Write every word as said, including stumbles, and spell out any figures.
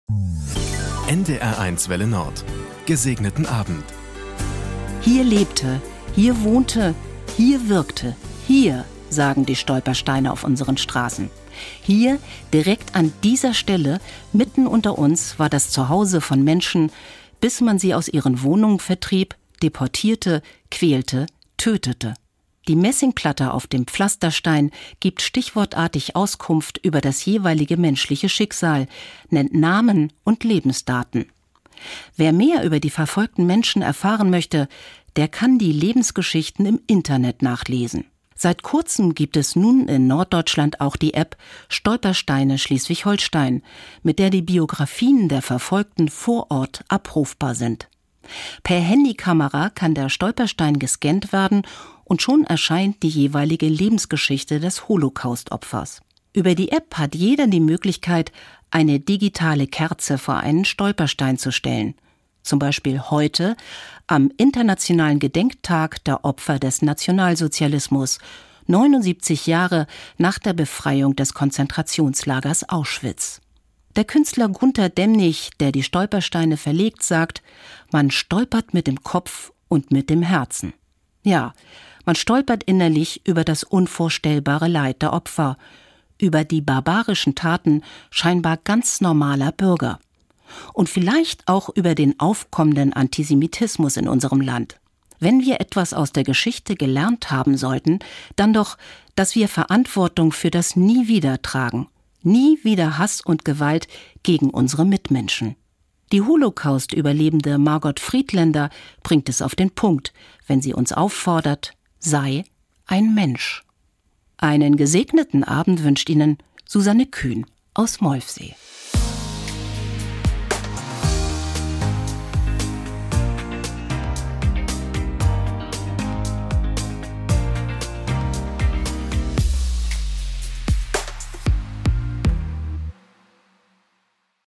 N D R eins Welle Nord. Gesegneten Abend. Hier lebte, hier wohnte, hier wirkte, hier, sagen die Stolpersteine auf unseren Straßen. Hier, direkt an dieser Stelle, mitten unter uns, war das Zuhause von Menschen, bis man sie aus ihren Wohnungen vertrieb, deportierte, quälte, tötete. Die Messingplatte auf dem Pflasterstein gibt stichwortartig Auskunft über das jeweilige menschliche Schicksal, nennt Namen und Lebensdaten. Wer mehr über die verfolgten Menschen erfahren möchte, der kann die Lebensgeschichten im Internet nachlesen. Seit kurzem gibt es nun in Norddeutschland auch die App Stolpersteine Schleswig-Holstein, mit der die Biografien der Verfolgten vor Ort abrufbar sind. Per Handykamera kann der Stolperstein gescannt werden und schon erscheint die jeweilige Lebensgeschichte des Holocaust-Opfers. Über die App hat jeder die Möglichkeit, eine digitale Kerze vor einen Stolperstein zu stellen. Zum Beispiel heute am Internationalen Gedenktag der Opfer des Nationalsozialismus, neunundsiebzig Jahre nach der Befreiung des Konzentrationslagers Auschwitz. Der Künstler Gunter Demnig, der die Stolpersteine verlegt, sagt, man stolpert mit dem Kopf und mit dem Herzen. Ja, man stolpert innerlich über das unvorstellbare Leid der Opfer, über die barbarischen Taten scheinbar ganz normaler Bürger. Und vielleicht auch über den aufkommenden Antisemitismus in unserem Land. Wenn wir etwas aus der Geschichte gelernt haben sollten, dann doch, dass wir Verantwortung für das Nie wieder tragen. Nie wieder Hass und Gewalt gegen unsere Mitmenschen. Die Holocaust-Überlebende Margot Friedländer bringt es auf den Punkt, wenn sie uns auffordert, sei ein Mensch. Einen gesegneten Abend wünscht Ihnen Susanne Kühn aus Molfsee.